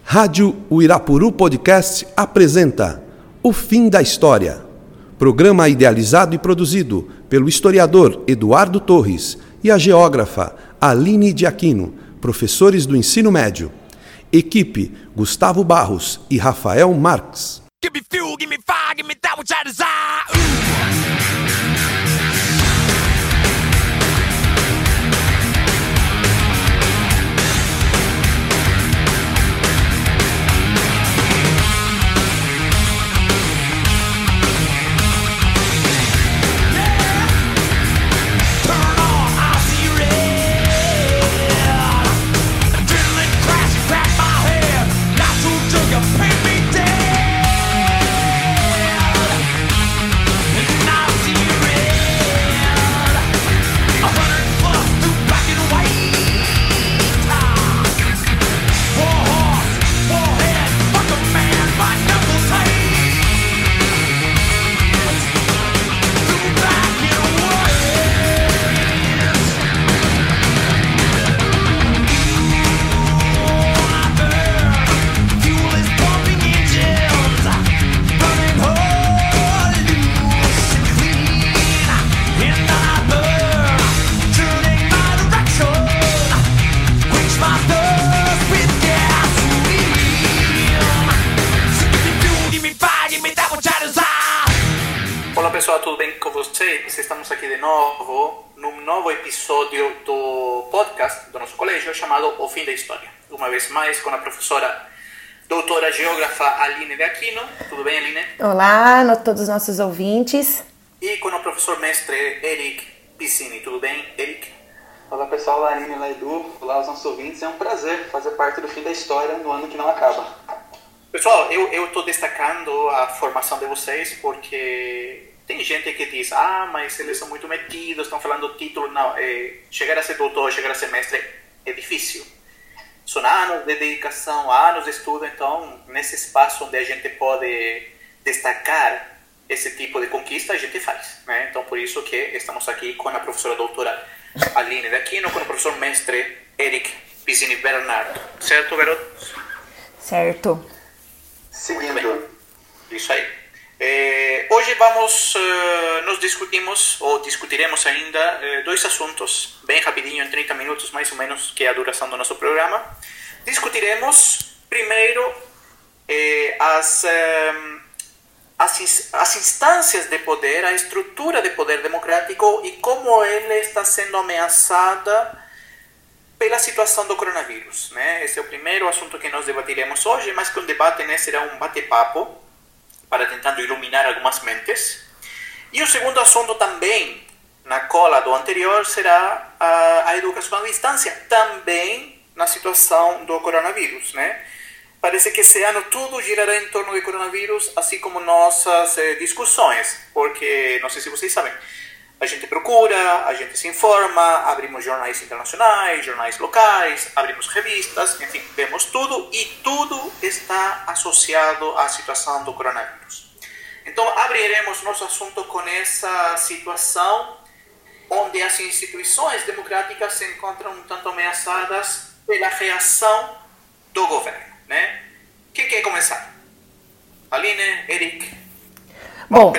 Rádio Uirapuru Podcast apresenta O Fim da História. Programa idealizado e produzido pelo historiador Eduardo Torres e a geógrafa Aline de Aquino, professores do ensino médio. Equipe Gustavo Barros e Rafael Marques. Give me fuel, give me fire, give me that which I desire. Olá pessoal, tudo bem com vocês? Estamos aqui de novo num novo episódio do podcast do nosso colégio chamado O Fim da História. Uma vez mais com a professora doutora geógrafa Aline de Aquino. Tudo bem, Aline? Olá a todos os nossos ouvintes. E com o professor mestre Eric Piscini. Tudo bem, Eric? Olá pessoal, olá Aline, olá Edu, olá aos nossos ouvintes. É um prazer fazer parte do Fim da História no ano que não acaba. Pessoal, eu estou destacando a formação de vocês porque tem gente que diz, mas eles são muito metidos, estão falando do título. Não, chegar a ser doutor, chegar a ser mestre é difícil. São anos de dedicação, anos de estudo, então nesse espaço onde a gente pode destacar esse tipo de conquista, a gente faz, né? Então por isso que estamos aqui com a professora doutora Aline de Aquino, com o professor mestre Eric Piscini Bernardo. Certo, garotos? Certo. Seguindo. Isso aí. Hoje nós discutiremos ainda dois assuntos, bem rapidinho, em 30 minutos mais ou menos, que é a duração do nosso programa. Discutiremos primeiro as instâncias de poder, a estrutura de poder democrático e como ela está sendo ameaçada pela situação do coronavírus, né? Esse é o primeiro assunto que nós debatiremos hoje, mais que um debate, né? Será um bate-papo para tentando iluminar algumas mentes. E o segundo assunto também, na cola do anterior, será a educação à distância, também na situação do coronavírus, né? Parece que esse ano tudo girará em torno do coronavírus, assim como nossas discussões, porque, não sei se vocês sabem, a gente procura, a gente se informa, abrimos jornais internacionais, jornais locais, abrimos revistas, enfim, vemos tudo e tudo está associado à situação do coronavírus. Então, abriremos nosso assunto com essa situação onde as instituições democráticas se encontram um tanto ameaçadas pela reação do governo, né? Quem quer começar? Aline, Eric? Bom,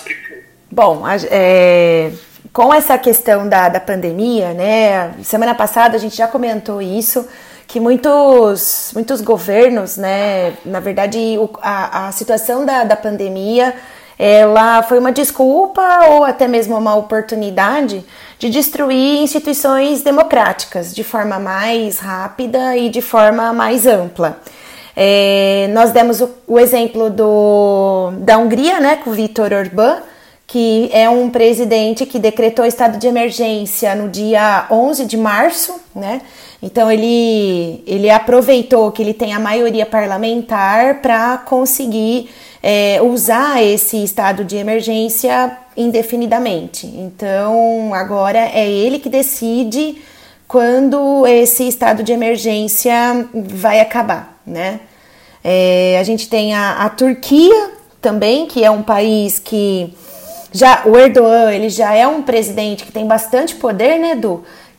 com essa questão da pandemia, né? Semana passada a gente já comentou isso, que muitos governos, né? Na verdade, a situação da pandemia, ela foi uma desculpa ou até mesmo uma oportunidade de destruir instituições democráticas de forma mais rápida e de forma mais ampla. Nós demos o exemplo da Hungria, né, com o Viktor Orbán, que é um presidente que decretou estado de emergência no dia 11 de março, né? Então ele aproveitou que ele tem a maioria parlamentar para conseguir usar esse estado de emergência indefinidamente. Então agora é ele que decide quando esse estado de emergência vai acabar, né? A gente tem a Turquia também, que é um país que o Erdogan, ele já é um presidente que tem bastante poder, né, Edu?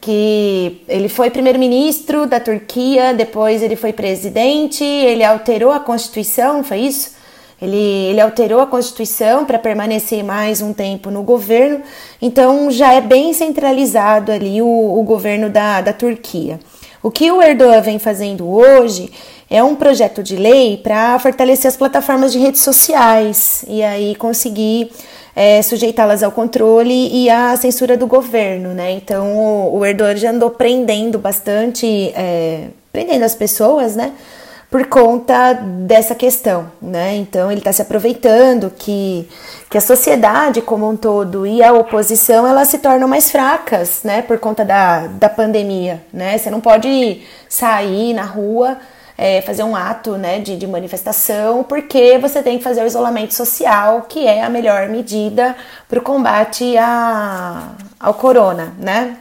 que ele foi primeiro-ministro da Turquia, depois ele foi presidente, ele alterou a Constituição, foi isso? Ele alterou a Constituição para permanecer mais um tempo no governo, então já é bem centralizado ali o governo da Turquia. O que o Erdogan vem fazendo hoje é um projeto de lei para fortalecer as plataformas de redes sociais e aí conseguir sujeitá-las ao controle e à censura do governo, né? Então o Erdogan já andou prendendo bastante, prendendo as pessoas, né? Por conta dessa questão, né? Então ele está se aproveitando que a sociedade como um todo e a oposição elas se tornam mais fracas, né? Por conta da pandemia, né? Você não pode sair na rua, fazer um ato, né, de manifestação, porque você tem que fazer o isolamento social, que é a melhor medida para o combate ao corona, né?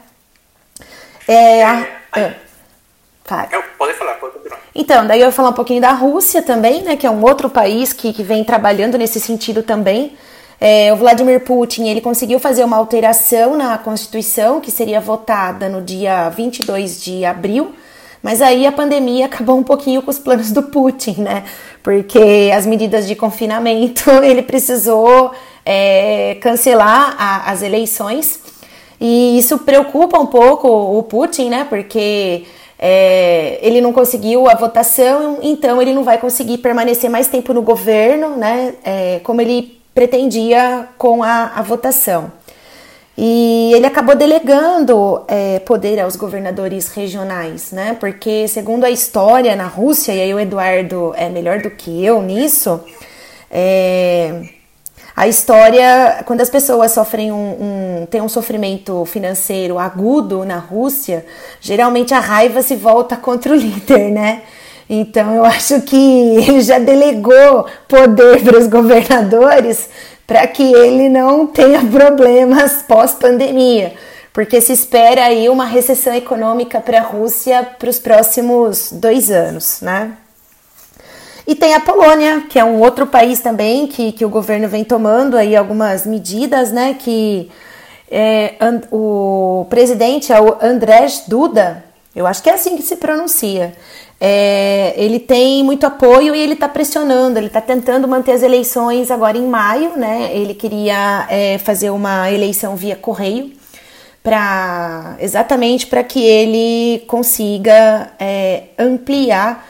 Pode falar, pode continuar. Então, daí eu vou falar um pouquinho da Rússia também, né, que é um outro país que vem trabalhando nesse sentido também. O Vladimir Putin, ele conseguiu fazer uma alteração na Constituição, que seria votada no dia 22 de abril, mas aí a pandemia acabou um pouquinho com os planos do Putin, né, porque as medidas de confinamento, ele precisou cancelar as eleições, e isso preocupa um pouco o Putin, né, porque ele não conseguiu a votação, então ele não vai conseguir permanecer mais tempo no governo, né, como ele pretendia com a votação. E ele acabou delegando poder aos governadores regionais, né, porque segundo a história na Rússia, e aí o Eduardo é melhor do que eu nisso, a história, quando as pessoas sofrem têm um sofrimento financeiro agudo na Rússia, geralmente a raiva se volta contra o líder, né? Então eu acho que ele já delegou poder para os governadores para que ele não tenha problemas pós-pandemia, porque se espera aí uma recessão econômica para a Rússia para os próximos 2 anos, né? E tem a Polônia, que é um outro país também que o governo vem tomando aí algumas medidas, né, que o presidente é o Andrzej Duda, eu acho que é assim que se pronuncia, ele tem muito apoio e ele está pressionando, ele está tentando manter as eleições agora em maio, né, ele queria fazer uma eleição via correio, exatamente para que ele consiga ampliar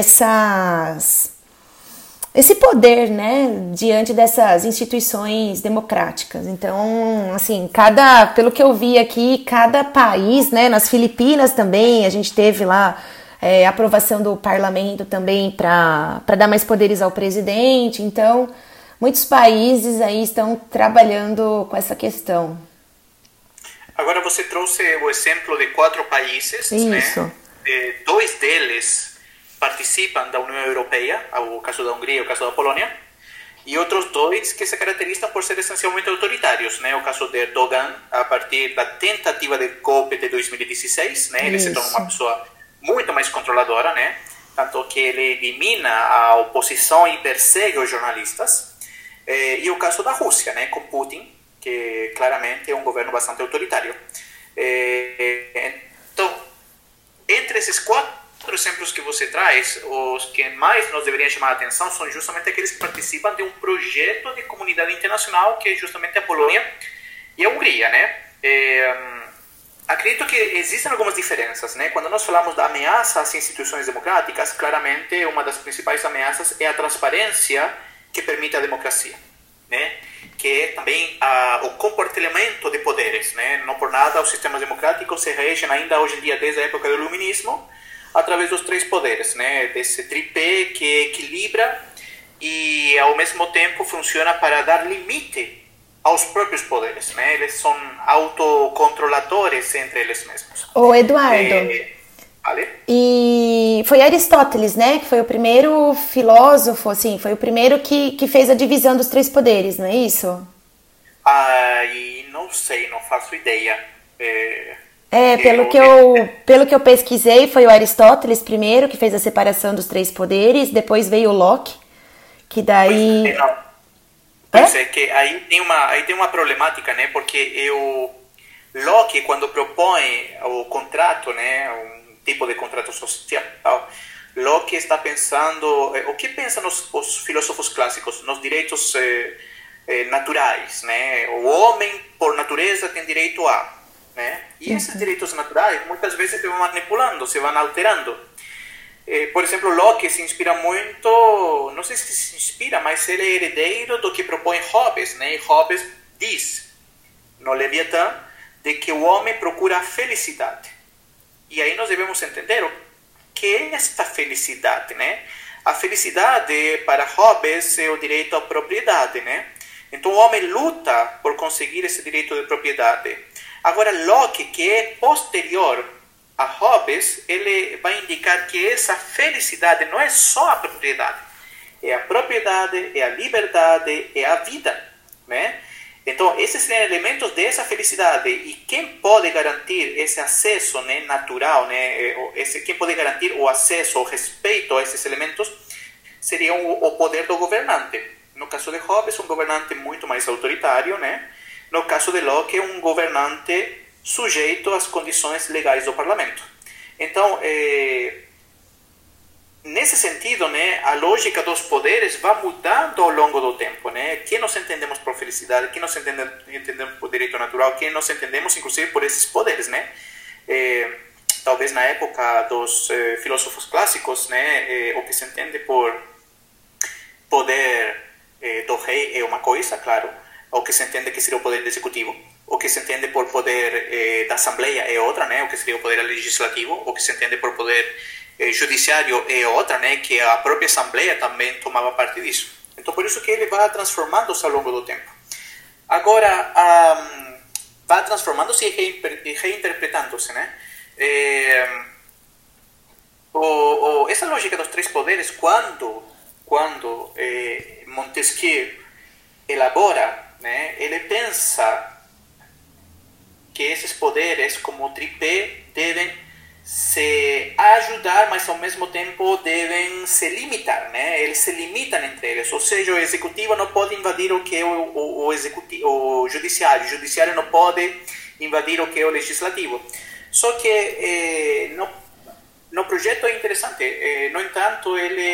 esse poder, né, diante dessas instituições democráticas. Então, assim, pelo que eu vi aqui, cada país, né, nas Filipinas também, a gente teve lá aprovação do parlamento também para dar mais poderes ao presidente. Então, muitos países aí estão trabalhando com essa questão. Agora você trouxe o exemplo de 4 países, isso, né? 2 deles participam da União Europeia, o caso da Hungria e o caso da Polônia, e outros 2 que se caracterizam por ser essencialmente autoritários, né? O caso de Erdogan, a partir da tentativa de golpe de 2016, né? Ele se torna uma pessoa muito mais controladora, né? Tanto que ele elimina a oposição e persegue os jornalistas. E o caso da Rússia, né? Com Putin, que claramente é um governo bastante autoritário. Então, entre esses 4 exemplos que você traz, os que mais nos deveriam chamar a atenção são justamente aqueles que participam de um projeto de comunidade internacional, que é justamente a Polônia e a Hungria, né? Acredito que existem algumas diferenças, né? Quando nós falamos da ameaça às instituições democráticas, claramente uma das principais ameaças é a transparência que permite a democracia, né? Que é também o compartilhamento de poderes, né? Não por nada os sistemas democráticos se regem ainda hoje em dia, desde a época do Iluminismo, através dos 3 poderes, né? Desse tripé que equilibra e ao mesmo tempo funciona para dar limite aos próprios poderes, né? Eles são autocontroladores entre eles mesmos. Ô Eduardo, vale? E foi Aristóteles, né? Que foi o primeiro filósofo, assim, foi o primeiro que fez a divisão dos 3 poderes, não é isso? E não sei, não faço ideia. Pelo que eu pesquisei, foi o Aristóteles primeiro que fez a separação dos 3 poderes, depois veio o Locke, que daí... Pois é que aí tem uma problemática, né? Porque Locke, quando propõe o contrato, né, um tipo de contrato social, Locke está pensando, o que pensam os filósofos clássicos, nos direitos naturais, né? O homem, por natureza, tem direito a, né? E esses direitos naturais, muitas vezes, se vão manipulando, se vão alterando. Por exemplo, Locke se inspira muito, não sei se se inspira, mas ele é herdeiro do que propõe Hobbes, né? E Hobbes diz, no Leviatã, de que o homem procura a felicidade. E aí nós devemos entender o que é esta felicidade, né? A felicidade, para Hobbes, é o direito à propriedade, né? Então o homem luta por conseguir esse direito de propriedade. Agora Locke, que é posterior a Hobbes, ele vai indicar que essa felicidade não é só a propriedade. É a propriedade, é a liberdade, é a vida, né? Então, esses são elementos dessa felicidade. E quem pode garantir esse acesso, né, natural, né, quem pode garantir o acesso, o respeito a esses elementos, seria o poder do governante. No caso de Hobbes, um governante muito mais autoritário, né? No caso de Locke, um governante sujeito às condições legais do parlamento. Então, nesse sentido, né, a lógica dos poderes vai mudando ao longo do tempo, né? Que nós entendemos por felicidade, que nós entendemos por direito natural, que nós entendemos, inclusive, por esses poderes, né? Talvez na época dos filósofos clássicos, né, o que se entende por poder do rei é uma coisa, claro, o que se entende que seria o poder executivo, o que se entende por poder da assembleia é outra, né, o que seria o poder legislativo, o que se entende por poder judiciário é outra, né, que a própria assembleia também tomava parte disso. Então por isso que ele vai transformando-se ao longo do tempo. Agora, vai transformando-se e reinterpretando-se, né? Essa lógica dos três poderes, quando Montesquieu elabora, né, ele pensa que esses poderes, como tripé, devem se ajudar, mas ao mesmo tempo devem se limitar, né? Eles se limitam entre eles, ou seja, o executivo não pode invadir o que é o judiciário não pode invadir o que é o legislativo. Só que no projeto é interessante, no entanto,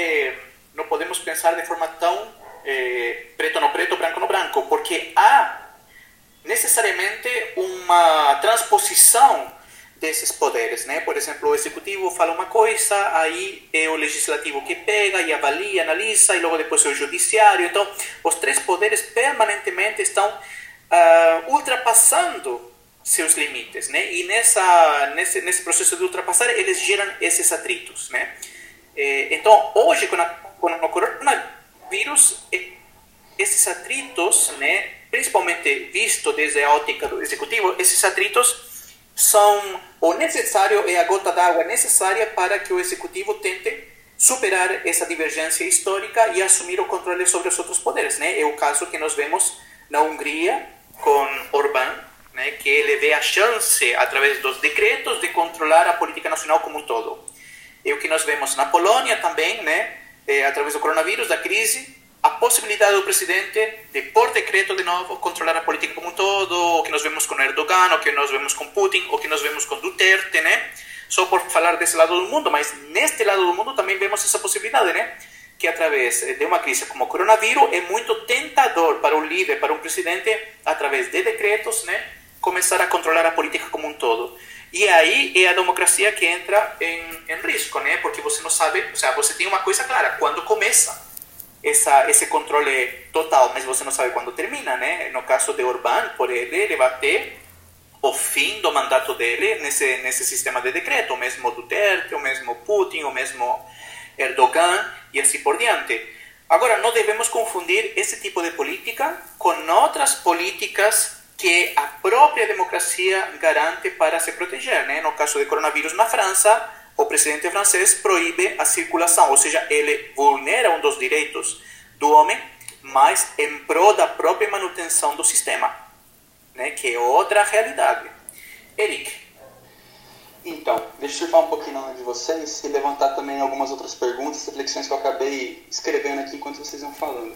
não podemos pensar de forma tão preto no preto, branco no branco, porque há necessariamente uma transposição desses poderes, né? Por exemplo, o executivo fala uma coisa, aí é o legislativo que pega e avalia, analisa, e logo depois é o judiciário. Então, os três poderes permanentemente estão ultrapassando seus limites, né? E nesse processo de ultrapassar, eles geram esses atritos, né? Então, hoje, com o coronavírus, esses atritos, né, principalmente visto desde a ótica do executivo, esses atritos são o necessário, é a gota d'água necessária para que o executivo tente superar essa divergência histórica e assumir o controle sobre os outros poderes, né? É o caso que nós vemos na Hungria com Orbán, né, que ele vê a chance, através dos decretos, de controlar a política nacional como um todo. É o que nós vemos na Polônia também, né, através do coronavírus, da crise, a possibilidade do presidente de, por decreto de novo, controlar a política como um todo, o que nós vemos com Erdogan, o que nós vemos com Putin, o que nós vemos com Duterte, né? Só por falar desse lado do mundo, mas neste lado do mundo também vemos essa possibilidade, né? Que através de uma crise como o coronavírus é muito tentador para um líder, para um presidente, através de decretos, né, começar a controlar a política como um todo. E aí é a democracia que entra em risco, né? Porque você não sabe, ou seja, você tem uma coisa clara, quando começa esse controle total, mas você não sabe quando termina, né? No caso de Orbán, por ele vai ter o fim do mandato dele nesse sistema de decreto, o mesmo Duterte, o mesmo Putin, o mesmo Erdogan e assim por diante. Agora, não devemos confundir esse tipo de política com outras políticas que a própria democracia garante para se proteger, né? No caso do coronavírus na França, o presidente francês proíbe a circulação, ou seja, ele vulnera um dos direitos do homem, mas em prol da própria manutenção do sistema, né? Que é outra realidade. Eric. Então, deixa eu surfar um pouquinho na onda de vocês e levantar também algumas outras perguntas, reflexões que eu acabei escrevendo aqui enquanto vocês iam falando.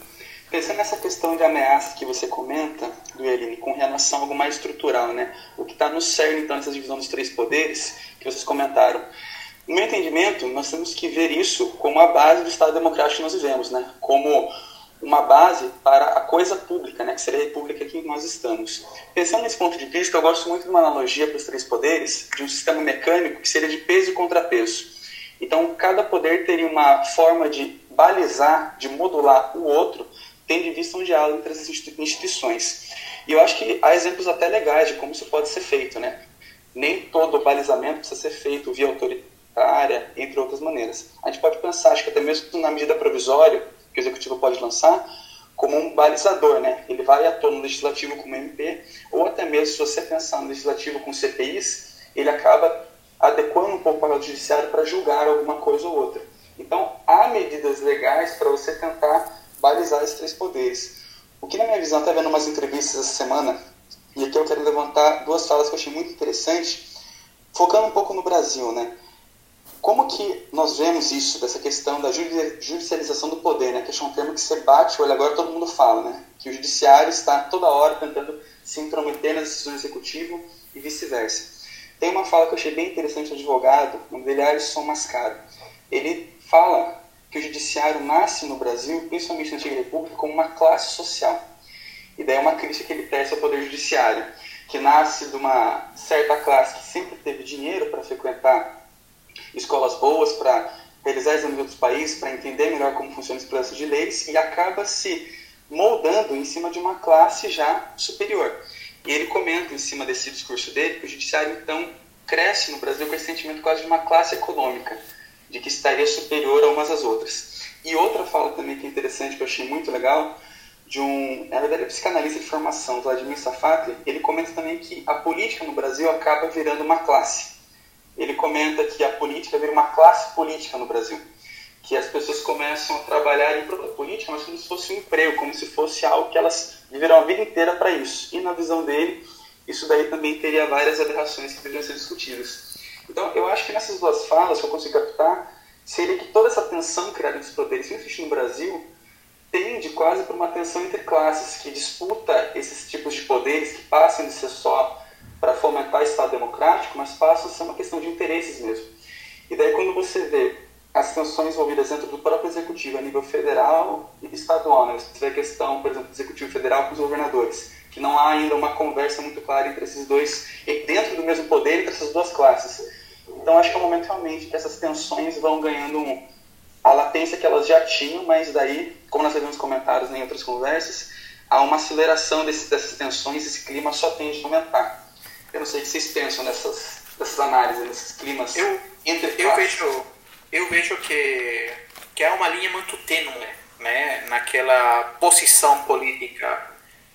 Pensando nessa questão de ameaça que você comenta, Dueline, com relação a algo mais estrutural, né? O que está no cerne, então, dessa divisão dos três poderes que vocês comentaram. No meu entendimento, nós temos que ver isso como a base do Estado Democrático que nós vivemos, né? Como uma base para a coisa pública, né? Que seria a república que nós estamos. Pensando nesse ponto de vista, eu gosto muito de uma analogia para os três poderes, de um sistema mecânico que seria de peso e contrapeso. Então, cada poder teria uma forma de balizar, de modular o outro, tendo em vista um diálogo entre as instituições. E eu acho que há exemplos até legais de como isso pode ser feito, né? Nem todo balizamento precisa ser feito via autoritária, entre outras maneiras. A gente pode pensar, acho que até mesmo na medida provisória, que o executivo pode lançar, como um balizador, né? Ele vai atuar no legislativo como MP, ou até mesmo, se você pensar no legislativo com CPIs, ele acaba adequando um pouco o papel do judiciário para julgar alguma coisa ou outra. Então, há medidas legais para você tentar balizar esses três poderes. O que, na minha visão, até vendo umas entrevistas essa semana, e aqui eu quero levantar duas falas que eu achei muito interessantes, focando um pouco no Brasil, né? Como que nós vemos isso, dessa questão da judicialização do poder, né? Que é um termo que você bate, olha, agora todo mundo fala, né? Que o judiciário está toda hora tentando se intrometer nas decisões do executivo e vice-versa. Tem uma fala que eu achei bem interessante do advogado, o nome dele é Alisson Mascaro. Ele fala que o judiciário nasce no Brasil, principalmente na Antiga República, como uma classe social. E daí é uma crítica que ele tece ao poder judiciário, que nasce de uma certa classe que sempre teve dinheiro para frequentar escolas boas, para realizar exames em outros países, para entender melhor como funciona esse processo de leis, e acaba se moldando em cima de uma classe já superior. E ele comenta em cima desse discurso dele que o judiciário, então, cresce no Brasil com esse sentimento quase de uma classe econômica, de que estaria superior a umas às outras. E outra fala também que é interessante, que eu achei muito legal, na verdade, psicanalista de formação, Vladimir Safatli, ele comenta também que a política no Brasil acaba virando uma classe. Ele comenta que a política vira uma classe política no Brasil, que as pessoas começam a trabalhar em prol da política, mas como se fosse um emprego, como se fosse algo que elas viveram a vida inteira para isso. E na visão dele, isso daí também teria várias aberrações que deveriam ser discutidas. Então, eu acho que nessas duas falas que eu consigo captar, seria que toda essa tensão criada entre os poderes, principalmente no Brasil, tende quase para uma tensão entre classes, que disputa esses tipos de poderes que passam de ser só para fomentar o Estado democrático, mas passam a ser uma questão de interesses mesmo. E daí quando você vê as tensões envolvidas dentro do próprio executivo a nível federal e estadual, né? Você vê a questão, por exemplo, do executivo federal com os governadores, que não há ainda uma conversa muito clara entre esses dois, e dentro do mesmo poder, entre essas duas classes. Então acho que é um momento realmente que essas tensões vão ganhando a latência que elas já tinham, mas daí, como nós vimos nos comentários em outras conversas, há uma aceleração dessas tensões, esse clima só tende a aumentar. Eu não sei o que vocês pensam dessas análises, desses climas entre classes. Eu vejo que há uma linha muito tênue, né, naquela posição política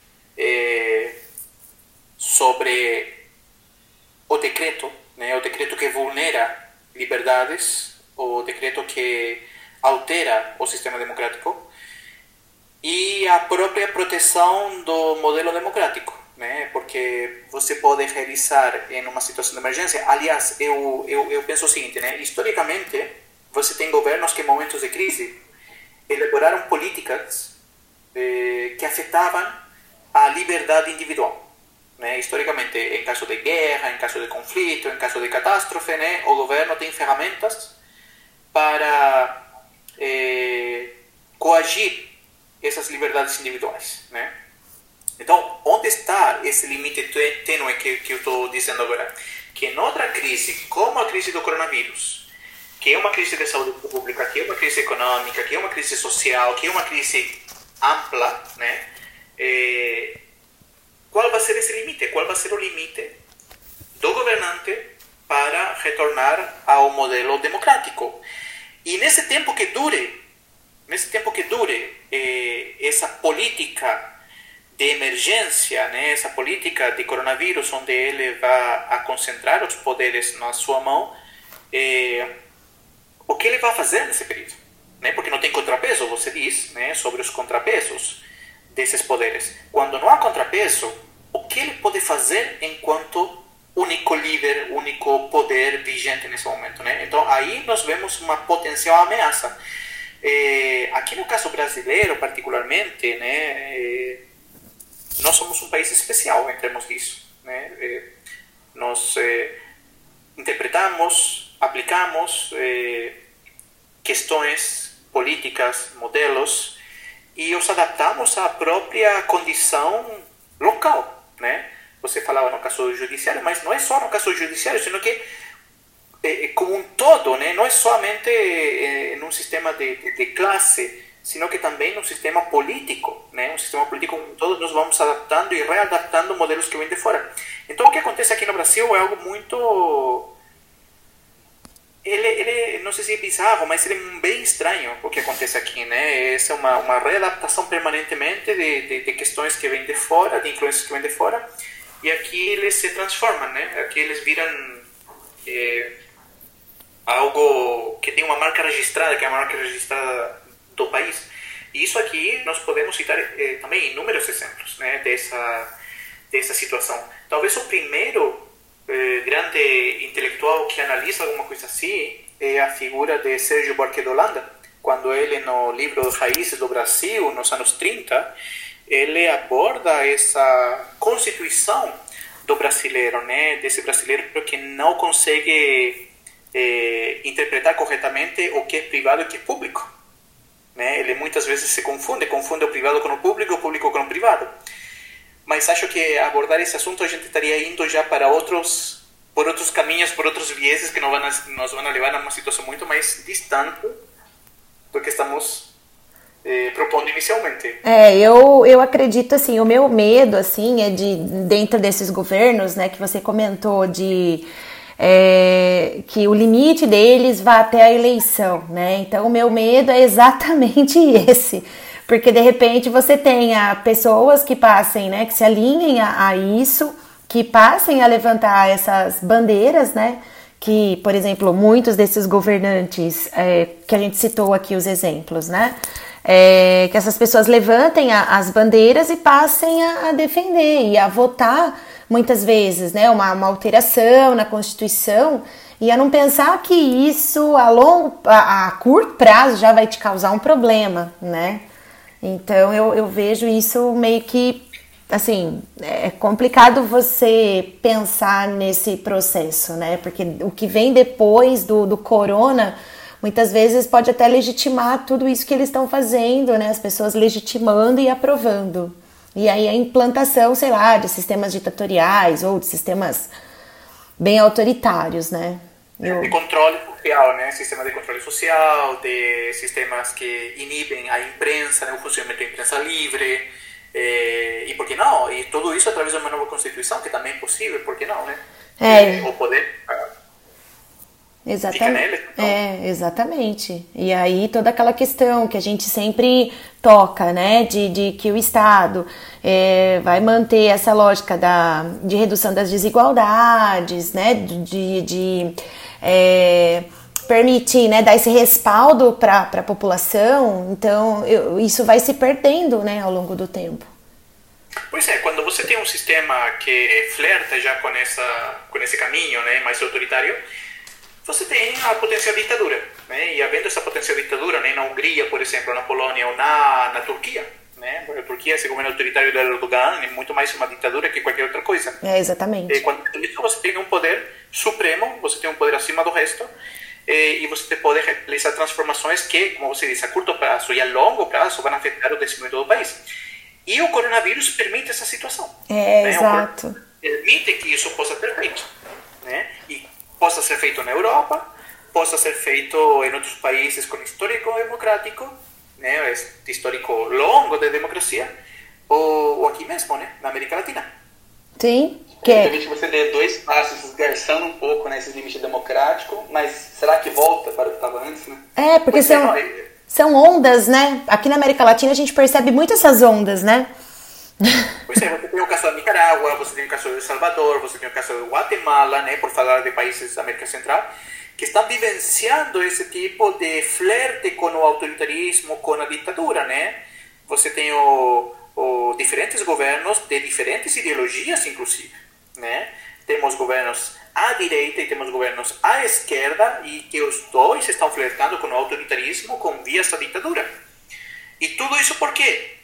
sobre o decreto, né, o decreto que vulnera liberdades, o decreto que altera o sistema democrático, e a própria proteção do modelo democrático, né? Porque você pode realizar em uma situação de emergência. Aliás, eu penso o seguinte, né? Historicamente, você tem governos que em momentos de crise elaboraram políticas que afetavam a liberdade individual, né? Historicamente, em caso de guerra, em caso de conflito, em caso de catástrofe, né? O governo tem ferramentas para coagir essas liberdades individuais, né? Então, onde está esse limite tênue que eu estou dizendo agora? Que em outra crise, como a crise do coronavírus, que é uma crise de saúde pública, que é uma crise econômica, que é uma crise social, que é uma crise ampla, né? Qual vai ser esse limite? Qual vai ser o limite do governante para retornar ao modelo democrático? E nesse tempo que dure essa política de emergência, né, essa política de coronavírus, onde ele vai a concentrar os poderes na sua mão, o que ele vai fazer nesse período? Né? Porque não tem contrapeso, você diz, né, sobre os contrapesos desses poderes. Quando não há contrapeso, o que ele pode fazer enquanto único líder, único poder vigente nesse momento? Né? Então aí nós vemos uma potencial ameaça. Aqui no caso brasileiro, particularmente, né, nós somos um país especial em termos disso, né? Nós interpretamos, aplicamos questões políticas, modelos, e os adaptamos à própria condição local, né? Você falava no caso judiciário, mas não é só no caso judiciário, sino que como um todo, né? Não é somente num sistema de classe, sino que também num sistema político, né? Um sistema político como um todo, nós vamos adaptando e readaptando modelos que vêm de fora. Então, o que acontece aqui no Brasil é algo muito... Ele não sei se é bizarro, mas ele é bem estranho o que acontece aqui, né? Essa é uma readaptação permanentemente de questões que vêm de fora, de influências que vêm de fora, e aqui eles se transformam, né? Aqui eles viram algo que tem uma marca registrada, que é a marca registrada do país. E isso aqui nós podemos citar também inúmeros exemplos, né? Dessa situação. Talvez o primeiro grande intelectual que analisa alguma coisa assim é a figura de Sérgio Buarque de Holanda, quando ele, no livro Raízes do Brasil, nos anos 30, ele aborda essa constituição do brasileiro, né? Desse brasileiro que não consegue interpretar corretamente o que é privado e o que é público, né? Ele muitas vezes se confunde o privado com o público com o privado. Mas acho que abordar esse assunto a gente estaria indo já para por outros caminhos, por outros vieses que nos vão levar a uma situação muito mais distante do que estamos propondo inicialmente. Eu acredito, assim, o meu medo, assim, é dentro desses governos, né, que você comentou, que o limite deles vá até a eleição, né? Então, o meu medo é exatamente esse. Porque, de repente, você tenha pessoas que passem, né, que se alinhem a isso, que passem a levantar essas bandeiras, né, que, por exemplo, muitos desses governantes, que a gente citou aqui os exemplos, né, que essas pessoas levantem as bandeiras e passem a defender e a votar, muitas vezes, né, uma alteração na Constituição, e a não pensar que isso a curto prazo já vai te causar um problema, né. Então, eu vejo isso meio que, assim, é complicado você pensar nesse processo, né? Porque o que vem depois do corona, muitas vezes pode até legitimar tudo isso que eles estão fazendo, né? As pessoas legitimando e aprovando. E aí a implantação, sei lá, de sistemas ditatoriais ou de sistemas bem autoritários, né? De controle social, né? Sistema de controle social, de sistemas que inibem a imprensa, né? O funcionamento da imprensa livre, e por que não? E tudo isso através de uma nova Constituição, que também é possível, por que não, né? O poder fica nele. Então. Exatamente. E aí toda aquela questão que a gente sempre toca, né? De que o Estado vai manter essa lógica de redução das desigualdades, né? De permitir, né, dar esse respaldo para a população. Então, isso vai se perdendo, né, ao longo do tempo. Pois é, quando você tem um sistema que flerta já com esse caminho, né, mais autoritário, você tem a potencial ditadura, né, e havendo essa potencial ditadura, né, na Hungria, por exemplo, na Polônia ou na Turquia, né, a Turquia, esse governo autoritário do Erdogan, é muito mais uma ditadura que qualquer outra coisa. Exatamente. Quando você tem um poder supremo, você tem um poder acima do resto, e você pode realizar transformações que, como você disse, a curto prazo e a longo prazo vão afetar o desenvolvimento do país. E o coronavírus permite essa situação. Né? Exato. Permite que isso possa ser feito, né? E possa ser feito na Europa, possa ser feito em outros países com histórico democrático, né? Este histórico longo de democracia, ou aqui mesmo, né? Na América Latina. Sim. Permite você dê dois passos, esgarçando um pouco nesse limite democrático, mas será que volta para o que estava antes, né? Porque são ondas, né? Aqui na América Latina a gente percebe muito essas ondas, né? Pois é, você tem o caso da Nicarágua, você tem o caso do El Salvador, você tem o caso do Guatemala, né? Por falar de países da América Central, que estão vivenciando esse tipo de flerte com o autoritarismo, com a ditadura, né? Você tem diferentes governos de diferentes ideologias, inclusive, né? Temos governos à direita e temos governos à esquerda, e que os dois estão flertando com o autoritarismo, com vias da ditadura. E tudo isso por quê?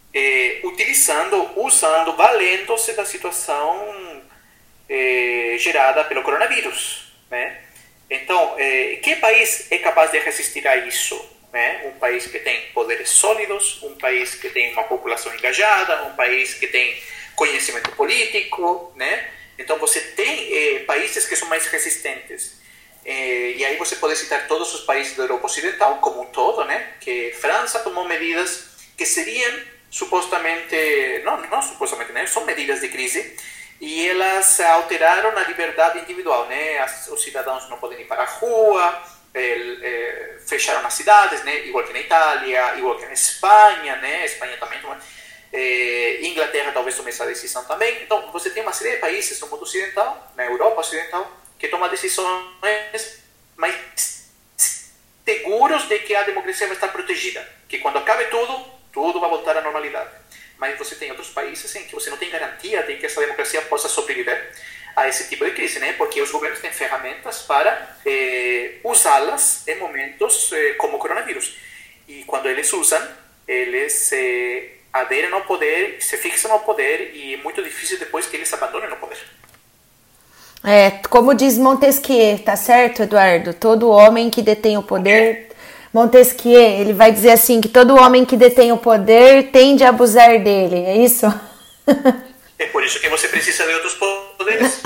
Valendo-se da situação gerada pelo coronavírus, né? Então, que país é capaz de resistir a isso, né? Um país que tem poderes sólidos, um país que tem uma população engajada, um país que tem conhecimento político, né? Então você tem países que são mais resistentes. E aí você pode citar todos os países da Europa Ocidental como um todo, né? Que França tomou medidas que seriam supostamente, não supostamente, né? São medidas de crise, e elas alteraram a liberdade individual, né? Os cidadãos não podem ir para a rua, fecharam as cidades, né? Igual que na Itália, igual que na Espanha, né? Espanha também tomou. Inglaterra talvez tome essa decisão também. Então você tem uma série de países no mundo ocidental, na Europa Ocidental, que tomam decisões mais seguros de que a democracia vai estar protegida, que quando acabe tudo vai voltar à normalidade. Mas você tem outros países em que você não tem garantia de que essa democracia possa sobreviver a esse tipo de crise, né? Porque os governos têm ferramentas para usá-las em momentos como o coronavírus. E quando eles usam, eles aderem ao poder, se fixam ao poder, e é muito difícil depois que eles abandonem o poder. Como diz Montesquieu, tá certo, Eduardo? Todo homem que detém o poder... Montesquieu, ele vai dizer assim, que todo homem que detém o poder tende a abusar dele, é isso? É por isso que você precisa de outros poderes.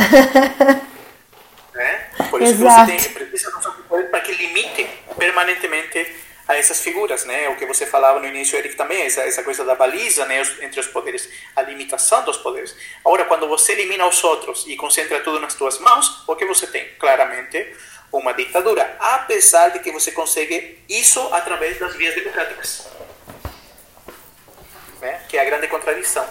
Por isso Exato. que você precisa de outros poderes para que limite permanentemente a essas figuras, né? O que você falava no início, Eric, também, essa coisa da baliza, né, entre os poderes, a limitação dos poderes. Agora, quando você elimina os outros e concentra tudo nas tuas mãos, o que você tem? Claramente uma ditadura, apesar de que você consegue isso através das vias democráticas, né? Que é a grande contradição.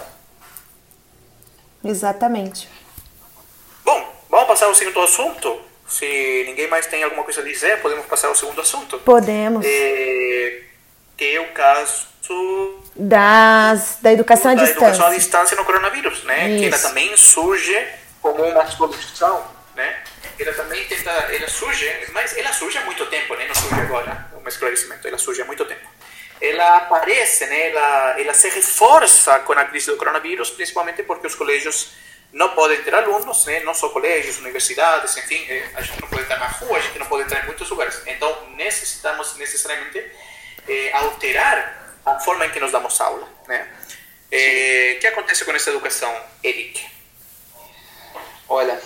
Exatamente. Bom, vamos passar ao segundo assunto. Se ninguém mais tem alguma coisa a dizer, podemos passar ao segundo assunto. Podemos. Que é o caso da educação à distância. Da educação à distância no coronavírus, né? Isso. Que ela também surge como uma solução, né? Ela também ela surge há muito tempo, né? Não surge agora, um esclarecimento, ela surge há muito tempo. Ela aparece, né? Ela se reforça com a crise do coronavírus, principalmente porque os colégios não podem ter alunos, né? Não só colégios, universidades, enfim, a gente não pode estar na rua, a gente não pode estar em muitos lugares. Então, necessitamos necessariamente alterar a forma em que nos damos aula, né? O que acontece com essa educação, Eric? Olha,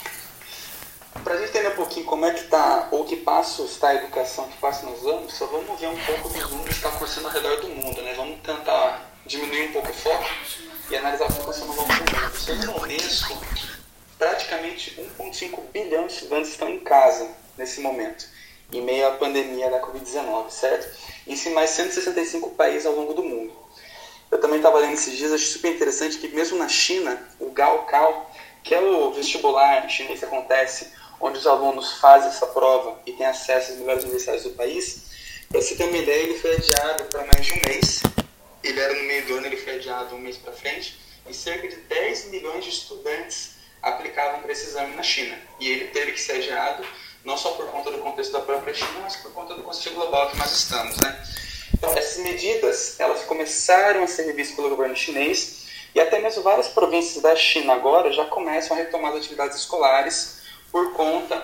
para a gente entender um pouquinho como é que está, ou que passo está a educação, que passo nós vamos, só vamos ver um pouco dos números que está acontecendo ao redor do mundo, né? Vamos tentar diminuir um pouco o foco e analisar o que está acontecendo ao redor do mundo. Segundo a Unesco, praticamente 1,5 bilhão de estudantes estão em casa nesse momento, em meio à pandemia da Covid-19, certo? Isso em mais 165 países ao longo do mundo. Eu também estava lendo esses dias, achei super interessante que mesmo na China, o Gaokao, que é o vestibular chinês que acontece, onde os alunos fazem essa prova e têm acesso às melhores universidades do país, para você ter uma ideia, ele foi adiado para mais de um mês. Ele era no meio do ano, ele foi adiado um mês para frente, e cerca de 10 milhões de estudantes aplicavam para esse exame na China. E ele teve que ser adiado, não só por conta do contexto da própria China, mas por conta do contexto global que nós estamos, né? Então, essas medidas, elas começaram a ser revistas pelo governo chinês, e até mesmo várias províncias da China agora já começam a retomar as atividades escolares por conta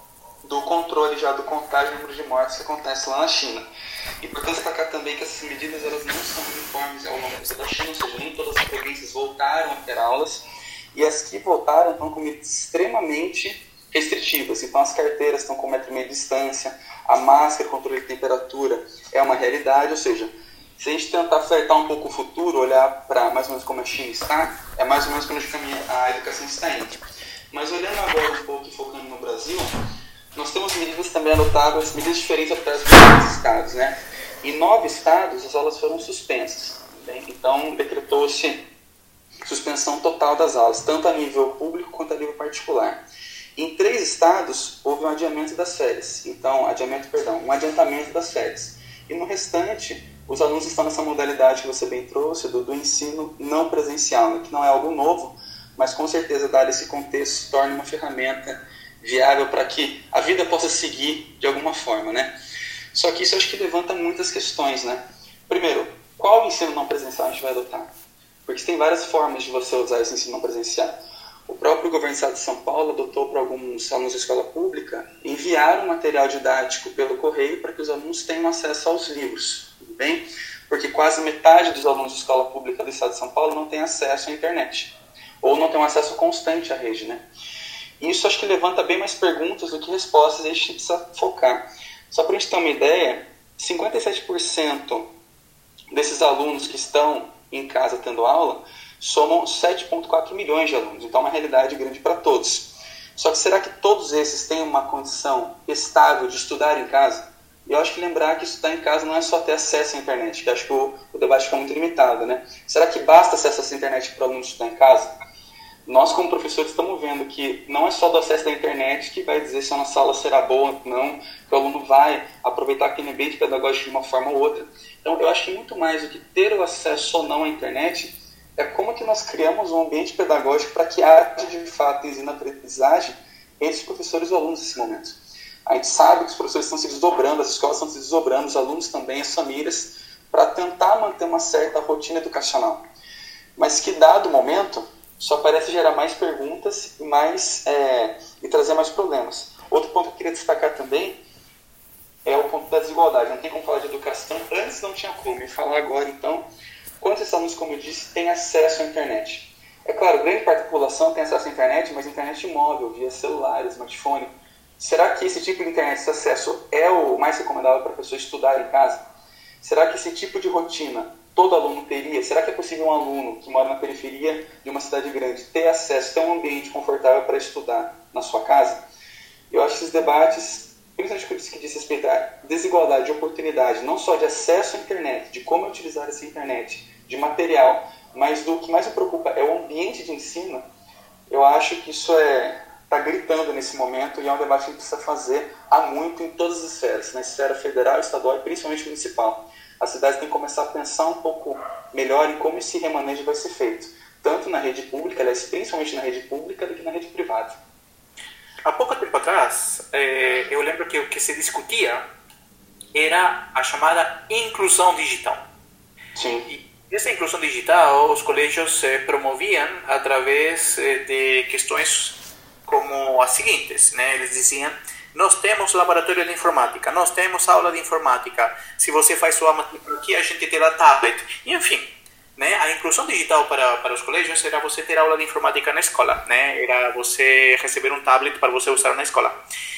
do controle já do contágio e número de mortes que acontece lá na China. E portanto destacar também que essas medidas elas não são uniformes ao longo da China, ou seja, nem todas as províncias voltaram a ter aulas, e as que voltaram estão com medidas extremamente restritivas. Então as carteiras estão com 1,5 metro de distância, a máscara, controle de temperatura é uma realidade, ou seja, se a gente tentar flertar um pouco o futuro, olhar para mais ou menos como a China está, é mais ou menos para onde a educação está indo. Mas olhando agora um pouco e focando no Brasil, nós temos medidas também adotadas, medidas diferentes adotadas por vários estados, né? Em 9 estados, as aulas foram suspensas. Bem? Então, decretou-se suspensão total das aulas, tanto a nível público quanto a nível particular. Em 3 estados, houve um adiamento das férias. Então, um adiantamento das férias. E no restante, os alunos estão nessa modalidade que você bem trouxe, do ensino não presencial, né? Que não é algo novo, mas com certeza, dado esse contexto, se torna uma ferramenta viável para que a vida possa seguir de alguma forma, né? Só que isso eu acho que levanta muitas questões, né? Primeiro, qual ensino não presencial a gente vai adotar? Porque tem várias formas de você usar esse ensino não presencial. O próprio governo do estado de São Paulo adotou para alguns alunos da escola pública enviar um material didático pelo correio para que os alunos tenham acesso aos livros, tudo bem? Porque quase metade dos alunos da escola pública do estado de São Paulo não tem acesso à internet, ou não tem um acesso constante à rede, né? E isso acho que levanta bem mais perguntas do que respostas, e a gente precisa focar. Só para a gente ter uma ideia, 57% desses alunos que estão em casa tendo aula somam 7,4 milhões de alunos. Então é uma realidade grande para todos. Só que será que todos esses têm uma condição estável de estudar em casa? E eu acho que lembrar que estudar em casa não é só ter acesso à internet, que acho que o debate fica muito limitado, né? Será que basta acesso à internet para o aluno estudar em casa? Nós, como professores, estamos vendo que não é só do acesso da internet que vai dizer se a nossa aula será boa ou não, que o aluno vai aproveitar aquele ambiente pedagógico de uma forma ou outra. Então, eu acho que muito mais do que ter o acesso ou não à internet, é como que nós criamos um ambiente pedagógico para que haja, de fato, ensino-aprendizagem entre os professores e os alunos nesse momento. A gente sabe que os professores estão se desdobrando, as escolas estão se desdobrando, os alunos também, as famílias, para tentar manter uma certa rotina educacional. Mas que, dado o momento, só parece gerar mais perguntas e trazer mais problemas. Outro ponto que eu queria destacar também é o ponto da desigualdade. Não tem como falar de educação, antes não tinha como. E falar agora, então, quantos esses alunos, como eu disse, têm acesso à internet? É claro, grande parte da população tem acesso à internet, mas internet móvel, via celular, smartphone. Será que esse tipo de internet, esse acesso, é o mais recomendável para a pessoa estudar em casa? Será que esse tipo de rotina todo aluno teria? Será que é possível um aluno que mora na periferia de uma cidade grande ter acesso, ter um ambiente confortável para estudar na sua casa? Eu acho que esses debates, principalmente por isso que diz respeito à desigualdade de oportunidade, não só de acesso à internet, de como utilizar essa internet, de material, mas do que mais me preocupa é o ambiente de ensino. Eu acho que isso está gritando nesse momento e é um debate que a gente precisa fazer há muito em todas as esferas, na esfera federal, estadual e principalmente municipal. As cidades têm que começar a pensar um pouco melhor em como esse remanejo vai ser feito, tanto na rede pública, aliás, principalmente na rede pública, do que na rede privada. Há pouco tempo atrás, eu lembro que o que se discutia era a chamada inclusão digital. Sim. E essa inclusão digital, os colégios promoviam através de questões como as seguintes, né? Eles diziam: nós temos laboratório de informática, nós temos aula de informática, se você faz sua matrícula aqui, a gente te dá tablet. E, enfim, né, a inclusão digital para os colégios era você ter aula de informática na escola, né? Era você receber um tablet para você usar na escola.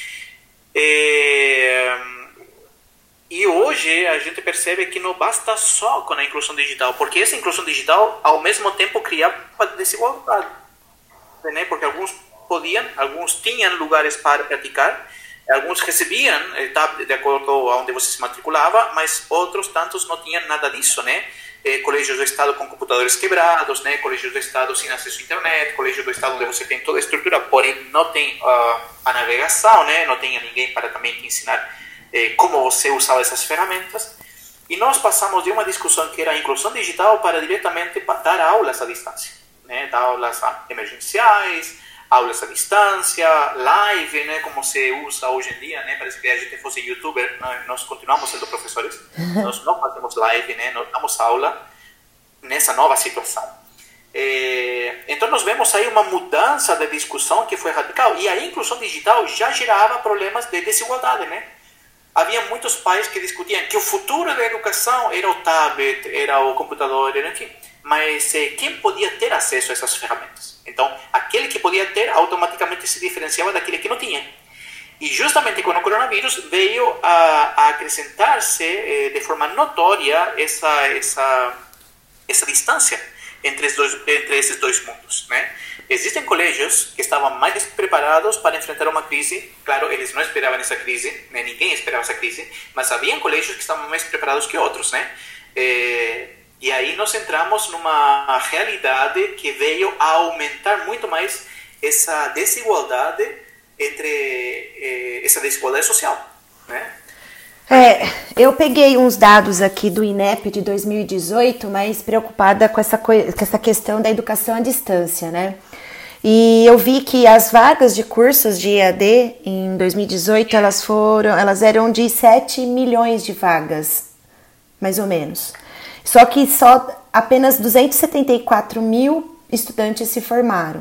E hoje a gente percebe que não basta só com a inclusão digital, porque essa inclusão digital, ao mesmo tempo, criava desigualdade, né? Porque alguns tinham lugares para praticar, alguns recebiam tablet de acordo a onde você se matriculava, mas outros tantos não tinham nada disso, né? Colégios do Estado com computadores quebrados, né? Colégios do Estado sem acesso à internet, colégios do Estado onde você tem toda a estrutura, porém não tem a navegação, né? Não tem ninguém para também te ensinar como você usava essas ferramentas. E nós passamos de uma discussão que era a inclusão digital para diretamente dar aulas à distância, né? Dar aulas emergenciais, aulas à distância, live, né, como se usa hoje em dia, né, parece que a gente fosse youtuber, nós continuamos sendo professores, nós não fazemos live, né, nós damos aula nessa nova situação. Então nós vemos aí uma mudança de discussão que foi radical, e a inclusão digital já gerava problemas de desigualdade, né? Havia muitos pais que discutiam que o futuro da educação era o tablet, era o computador, enfim, mas quem podia ter acesso a essas ferramentas? Então, aquele que podia ter automaticamente se diferenciava daquele que não tinha. E justamente com o coronavírus veio a acrescentar-se de forma notória essa distância entre esses dois mundos, né? Existem colégios que estavam mais preparados para enfrentar uma crise. Claro, eles não esperavam essa crise, né? Ninguém esperava essa crise, mas havia colégios que estavam mais preparados que outros, né? E aí nós entramos numa realidade que veio a aumentar muito mais essa desigualdade essa desigualdade social, né? Eu peguei uns dados aqui do INEP de 2018, mas preocupada com essa questão da educação à distância, né? E eu vi que as vagas de cursos de EAD em 2018, elas eram de 7 milhões de vagas, mais ou menos. Só que apenas 274 mil estudantes se formaram.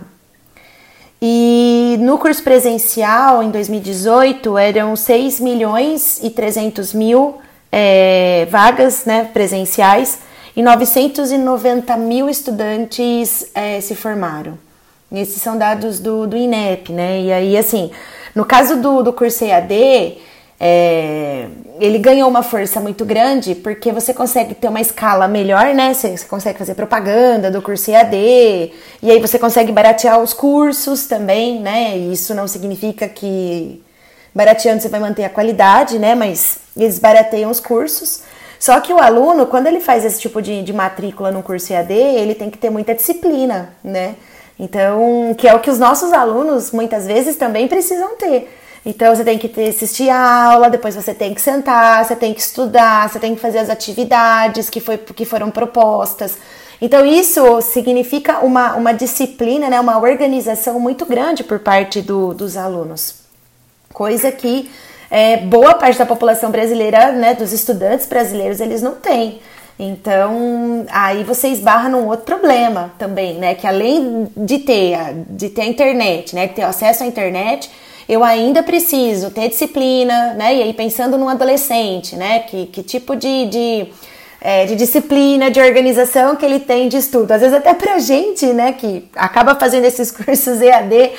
E no curso presencial, em 2018, eram 6 milhões e 300 mil vagas, né, presenciais, e 990 mil estudantes se formaram. Esses são dados do INEP, né? E aí, assim, no caso do curso EAD, ele ganhou uma força muito grande porque você consegue ter uma escala melhor, né? Você consegue fazer propaganda do curso EAD, e aí você consegue baratear os cursos também, né? E isso não significa que barateando você vai manter a qualidade, né? Mas eles barateiam os cursos. Só que o aluno, quando ele faz esse tipo de matrícula no curso EAD, ele tem que ter muita disciplina, né? Então, que é o que os nossos alunos, muitas vezes, também precisam ter. Então, você tem que assistir a aula, depois você tem que sentar, você tem que estudar, você tem que fazer as atividades que foram propostas. Então, isso significa uma disciplina, né, uma organização muito grande por parte dos alunos. Coisa que boa parte da população brasileira, né, dos estudantes brasileiros, eles não têm. Então, aí você esbarra num outro problema também, né? Que além de ter a internet, né? De ter acesso à internet, eu ainda preciso ter disciplina, né? E aí pensando num adolescente, né? Que tipo de disciplina, de organização que ele tem de estudo. Às vezes até pra gente, né? Que acaba fazendo esses cursos EAD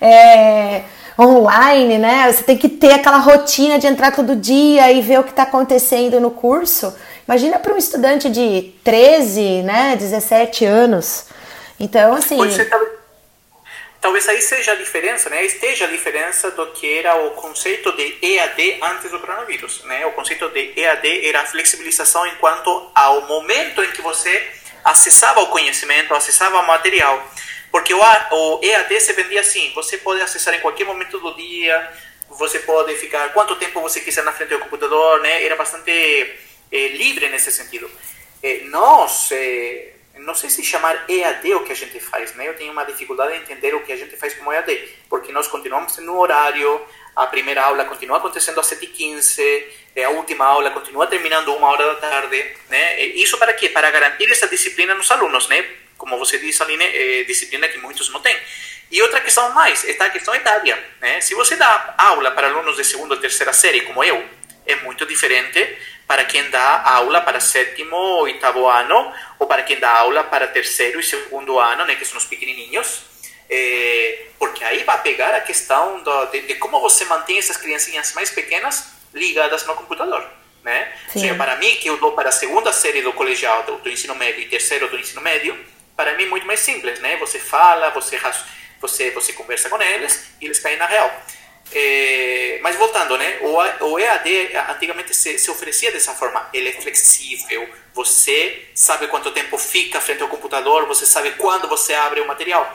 online, né? Você tem que ter aquela rotina de entrar todo dia e ver o que está acontecendo no curso. Imagina para um estudante de 13, né, 17 anos. Então, assim... Pode ser, talvez aí seja a diferença, né? Esteja a diferença do que era o conceito de EAD antes do coronavírus, né? O conceito de EAD era a flexibilização enquanto ao momento em que você acessava o conhecimento, acessava o material. Porque o EAD se vendia assim, você pode acessar em qualquer momento do dia, você pode ficar quanto tempo você quiser na frente do computador, né? Era bastante livre nesse sentido. Nós, não sei se chamar EAD o que a gente faz, né? Eu tenho uma dificuldade em entender o que a gente faz como EAD, porque nós continuamos no horário, a primeira aula continua acontecendo às 7h15, a última aula continua terminando 1h da tarde, né? Isso para quê? Para garantir essa disciplina nos alunos, né? Como você disse, Aline, disciplina que muitos não têm. E outra questão mais, a questão etária, né? Se você dá aula para alunos de segunda ou terceira série, como eu, é muito diferente para quem dá aula para sétimo ou oitavo ano, ou para quem dá aula para terceiro e segundo ano, né, que são os pequenininhos, porque aí vai pegar a questão de como você mantém essas criancinhas mais pequenas ligadas no computador, né? Ou seja, para mim, que eu dou para a segunda série do colegial, do ensino médio, e terceiro do ensino médio, para mim é muito mais simples, né? Você fala, você conversa com eles e eles caem na real. Mas voltando, né? O EAD antigamente se oferecia dessa forma. Ele é flexível, você sabe quanto tempo fica frente ao computador, você sabe quando você abre o material.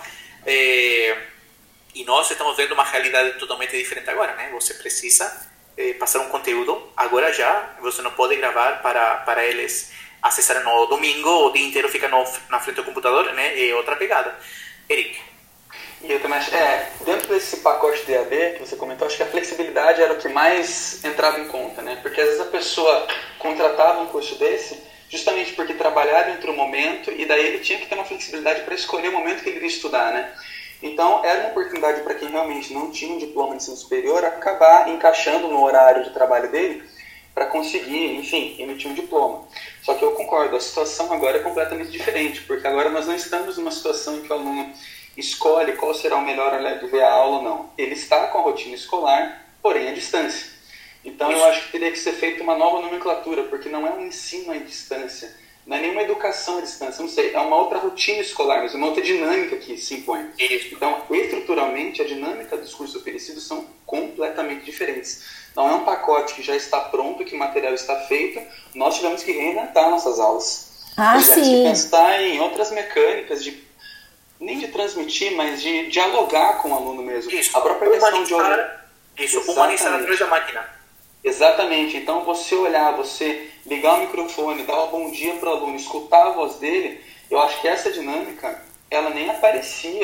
E nós estamos vendo uma realidade totalmente diferente agora, né? Você precisa passar um conteúdo agora já, você não pode gravar para eles acessarem no domingo, o dia inteiro fica na frente do computador, né? É outra pegada. Eric. E eu também acho, dentro desse pacote de EAD que você comentou, acho que a flexibilidade era o que mais entrava em conta, né? Porque às vezes a pessoa contratava um curso desse justamente porque trabalhava entre o momento e daí ele tinha que ter uma flexibilidade para escolher o momento que ele iria estudar, né? Então era uma oportunidade para quem realmente não tinha um diploma de ensino superior acabar encaixando no horário de trabalho dele para conseguir, enfim, emitir um diploma. Só que eu concordo, a situação agora é completamente diferente, porque agora nós não estamos numa situação em que o aluno escolhe qual será o melhor horário de ver a aula ou não. Ele está com a rotina escolar, porém à distância. Então eu acho que teria que ser feita uma nova nomenclatura, porque não é um ensino à distância, não é nenhuma educação à distância, não sei, é uma outra rotina escolar, mas uma outra dinâmica que se impõe. Então, estruturalmente, a dinâmica dos cursos oferecidos são completamente diferentes. Não é um pacote que já está pronto, que o material está feito, nós tivemos que reinventar nossas aulas. Nós tivemos que pensar em outras mecânicas nem de transmitir, mas de dialogar com o aluno mesmo. Isso, a própria questão de olhar. Isso, humanizar atrás da máquina. Exatamente. Então, você olhar, você ligar o microfone, dar um bom dia para o aluno, escutar a voz dele, eu acho que essa dinâmica, ela nem aparecia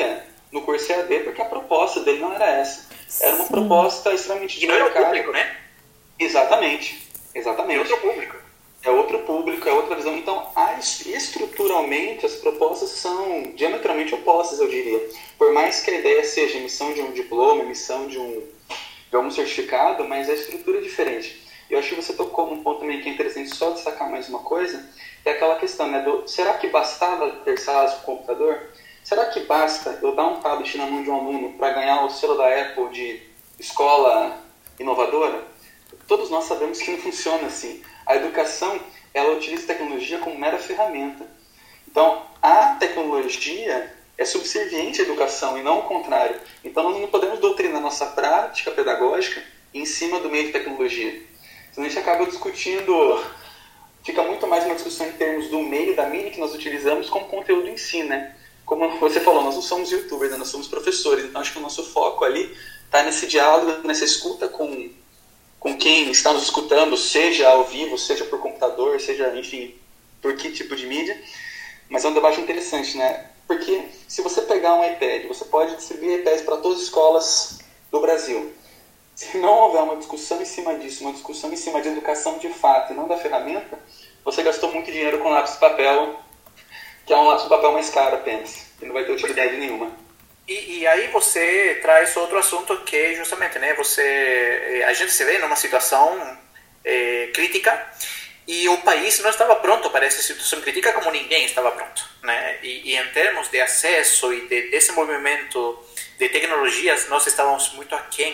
no curso EAD, porque a proposta dele não era essa. Era uma proposta extremamente de não mercado. Era o público, né? Exatamente. É outro público. É outro público, é outra visão. Então, estruturalmente, as propostas são diametralmente opostas, eu diria. Por mais que a ideia seja emissão de um diploma, emissão de algum certificado, mas a estrutura é diferente. Eu acho que você tocou num ponto também que é interessante só destacar mais uma coisa, é aquela questão, né, será que bastava ter salas com computador? Será que basta eu dar um tablet na mão de um aluno para ganhar o selo da Apple de escola inovadora? Todos nós sabemos que não funciona assim. A educação, ela utiliza a tecnologia como mera ferramenta. Então, a tecnologia é subserviente à educação e não o contrário. Então, nós não podemos doutrinar nossa prática pedagógica em cima do meio de tecnologia. Senão a gente acaba discutindo, fica muito mais uma discussão em termos do meio, da mídia que nós utilizamos como conteúdo em si, né? Como você falou, nós não somos youtubers, né? Nós somos professores. Então, acho que o nosso foco ali está nesse diálogo, nessa escuta com quem está nos escutando, seja ao vivo, seja por computador, seja, enfim, por que tipo de mídia. Mas é um debate interessante, né? Porque se você pegar um iPad, você pode distribuir iPads para todas as escolas do Brasil. Se não houver uma discussão em cima disso, uma discussão em cima de educação de fato e não da ferramenta, você gastou muito dinheiro com lápis de papel, que é um lápis de papel mais caro apenas, e não vai ter utilidade nenhuma. E aí você traz outro assunto que é justamente, né, a gente se vê numa situação crítica e o país não estava pronto para essa situação crítica como ninguém estava pronto, né? E em termos de acesso e de desenvolvimento de tecnologias, nós estávamos muito aquém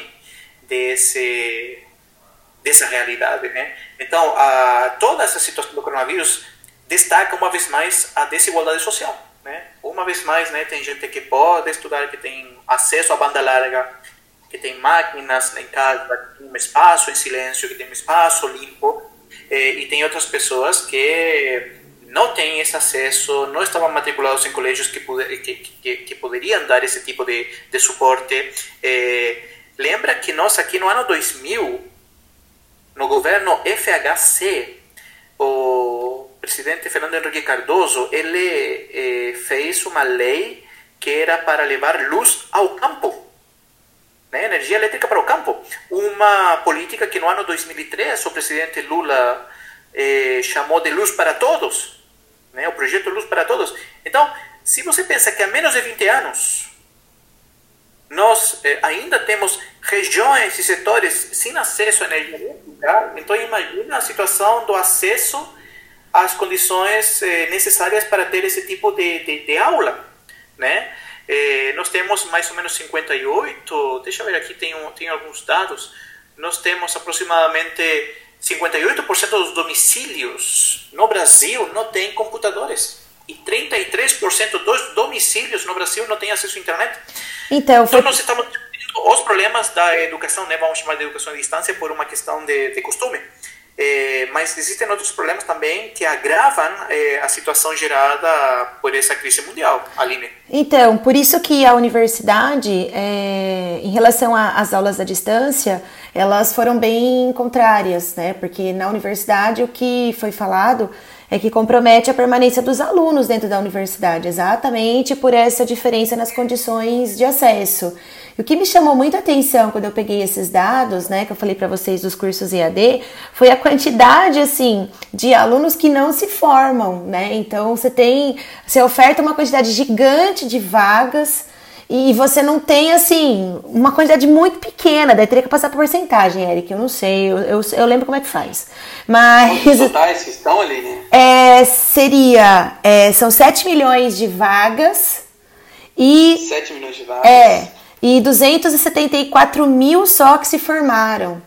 dessa realidade, né? Então, toda essa situação do coronavírus destaca uma vez mais a desigualdade social, né? Uma vez mais, né, tem gente que pode estudar, que tem acesso à banda larga, que tem máquinas em casa, que tem um espaço em silêncio, que tem um espaço limpo, e tem outras pessoas que não têm esse acesso, não estavam matriculados em colégios que poderiam dar esse tipo de suporte. Lembra que nós aqui no ano 2000, no governo FHC, o presidente Fernando Henrique Cardoso, ele fez uma lei que era para levar luz ao campo, né? Energia elétrica para o campo. Uma política que no ano 2003 o presidente Lula chamou de Luz para Todos, né? O projeto Luz para Todos. Então, se você pensa que há menos de 20 anos nós ainda temos regiões e setores sem acesso à energia elétrica, então imagina a situação do acesso às condições necessárias para ter esse tipo de aula, né? Nós temos mais ou menos 58, deixa eu ver aqui, tem alguns dados, nós temos aproximadamente 58% dos domicílios no Brasil não têm computadores. E 33% dos domicílios no Brasil não têm acesso à internet. Então nós estamos discutindo os problemas da educação, né? Vamos chamar de educação à distância por uma questão de costume. Mas existem outros problemas também que agravam a situação gerada por essa crise mundial, Aline. Então, por isso que a universidade, em relação às aulas à distância, elas foram bem contrárias, né? Porque na universidade o que foi falado é que compromete a permanência dos alunos dentro da universidade, exatamente por essa diferença nas condições de acesso. E o que me chamou muita atenção quando eu peguei esses dados, né, que eu falei para vocês dos cursos EAD, foi a quantidade, assim, de alunos que não se formam, né? Então, você oferta uma quantidade gigante de vagas e você não tem, assim, uma quantidade muito pequena, daí teria que passar por porcentagem, Eric, eu não sei, eu lembro como é que faz. Mas quantos totais que estão ali, né? São 7 milhões de vagas e... 7 milhões de vagas? E 274 mil só que se formaram.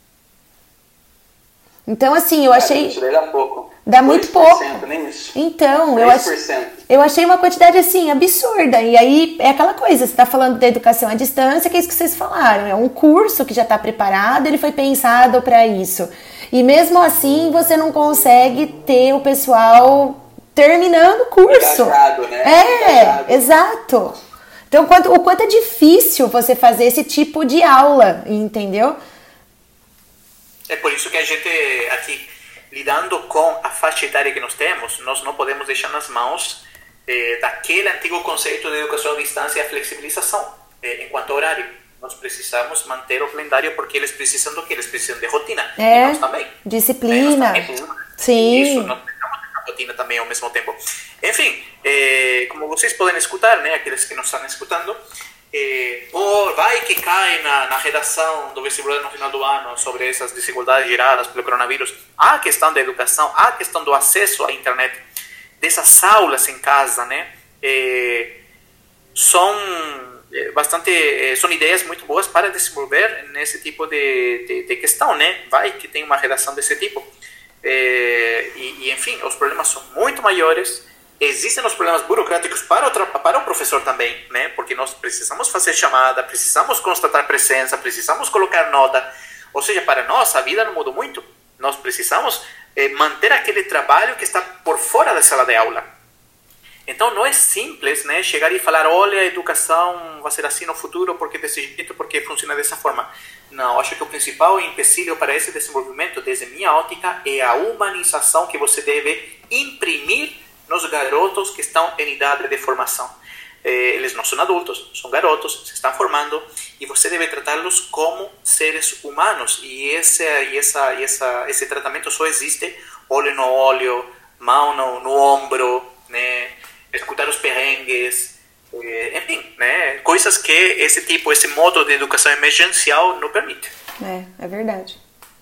Então, assim, eu achei... Isso daí dá pouco. Dá muito pouco. Nem isso. Então, eu achei uma quantidade, assim, absurda. E aí, é aquela coisa, você está falando da educação à distância, que é isso que vocês falaram. É um curso que já está preparado, ele foi pensado para isso. E mesmo assim, você não consegue ter o pessoal terminando o curso. Engajado, né? Engajado. Exato. Então, o quanto é difícil você fazer esse tipo de aula, entendeu? É por isso que a gente aqui, lidando com a faixa etária que nós temos, nós não podemos deixar nas mãos daquele antigo conceito de educação à distância e a flexibilização enquanto horário. Nós precisamos manter o calendário porque eles precisam do que? Eles precisam de rotina. E nós também. Disciplina. Nós também Sim. Isso, nós precisamos de rotina também ao mesmo tempo. Enfim, como vocês podem escutar, né, aqueles que nos estão escutando, vai que cai na redação do vestibular no final do ano sobre essas desigualdades geradas pelo coronavírus, a questão da educação, a questão do acesso à internet, dessas aulas em casa, né, são ideias muito boas para desenvolver nesse tipo de questão, né? Vai que tem uma redação desse tipo. Enfim, os problemas são muito maiores. Existem os problemas burocráticos para o professor também, né? Porque nós precisamos fazer chamada, precisamos constatar presença, precisamos colocar nota. Ou seja, para nós a vida não mudou muito. Nós precisamos manter aquele trabalho que está por fora da sala de aula. Então não é simples, né, chegar e falar, olha, a educação vai ser assim no futuro, porque desse jeito, porque funciona dessa forma. Não, acho que o principal empecilho para esse desenvolvimento, desde minha ótica, é a humanização que você deve imprimir nos garotos que estão em idade de formação. Eles não são adultos, são garotos, se estão formando, e você deve tratá-los como seres humanos. E esse tratamento só existe olho no olho, mão no ombro, né? Escutar os perrengues, enfim, né? Coisas que esse modo de educação emergencial não permite. É verdade.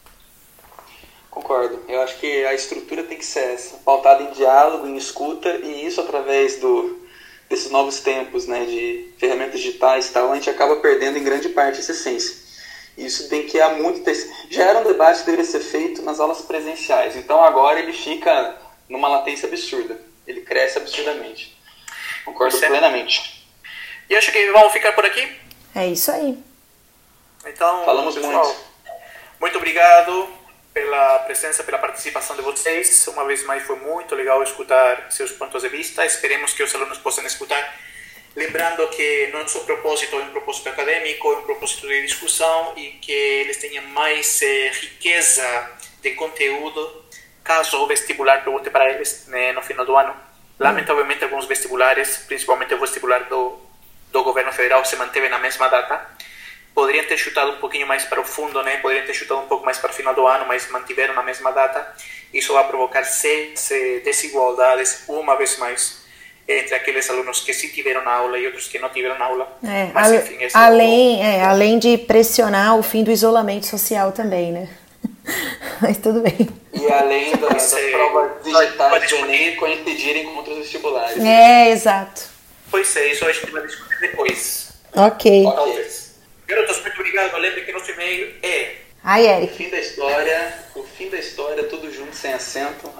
Concordo. Eu acho que a estrutura tem que ser essa, pautada em diálogo, em escuta, e isso através desses novos tempos, né, de ferramentas digitais e tal, a gente acaba perdendo em grande parte essa essência. Isso tem que há muito tempo. Já era um debate que deveria ser feito nas aulas presenciais, então agora ele fica numa latência absurda. Ele cresce absurdamente. Concordo plenamente. E acho que vamos ficar por aqui? É isso aí. Então, falamos pessoal, muito obrigado pela presença, pela participação de vocês. Uma vez mais foi muito legal escutar seus pontos de vista. Esperemos que os alunos possam escutar. Lembrando que nosso propósito é um propósito acadêmico, é um propósito de discussão e que eles tenham mais riqueza de conteúdo caso o vestibular pergunte para eles, né, no final do ano. Lamentavelmente, alguns vestibulares, principalmente o vestibular do governo federal, se manteve na mesma data. Poderiam ter chutado um pouquinho mais para o fundo, né? Poderiam ter chutado um pouco mais para o final do ano, mas mantiveram na mesma data. Isso vai provocar desigualdades, uma vez mais, entre aqueles alunos que sim tiveram na aula e outros que não tiveram na aula. Mas, enfim, além de pressionar o fim do isolamento social também, né? Mas tudo bem. E além das provas digitais do Enem coincidirem com outros vestibulares. Exato. Pois é, isso a gente vai discutir depois. Ok. Garotos, muito obrigado. Lembre que nosso e-mail é... Ai, Eric. O fim da história, tudo junto, sem acento,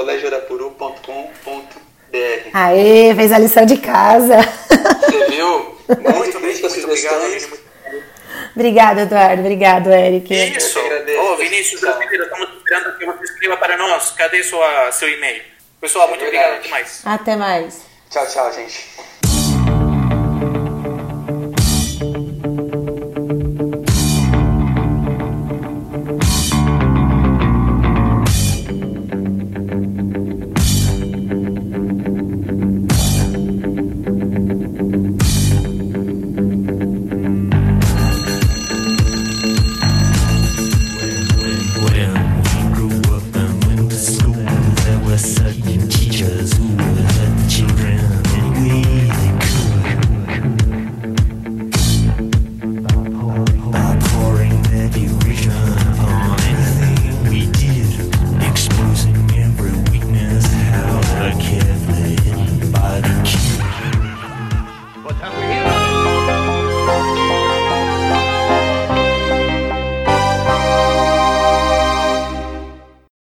@colégioarapuru.com.br. Aê, fez a lição de casa. Você viu? Muito bem, muito obrigado. Obrigado, Eduardo. Obrigado, Eric. Isso. Vinícius, estamos esperando que você escreva para nós. Cadê seu e-mail? Pessoal, muito obrigado. Até mais. Até mais. Tchau, gente.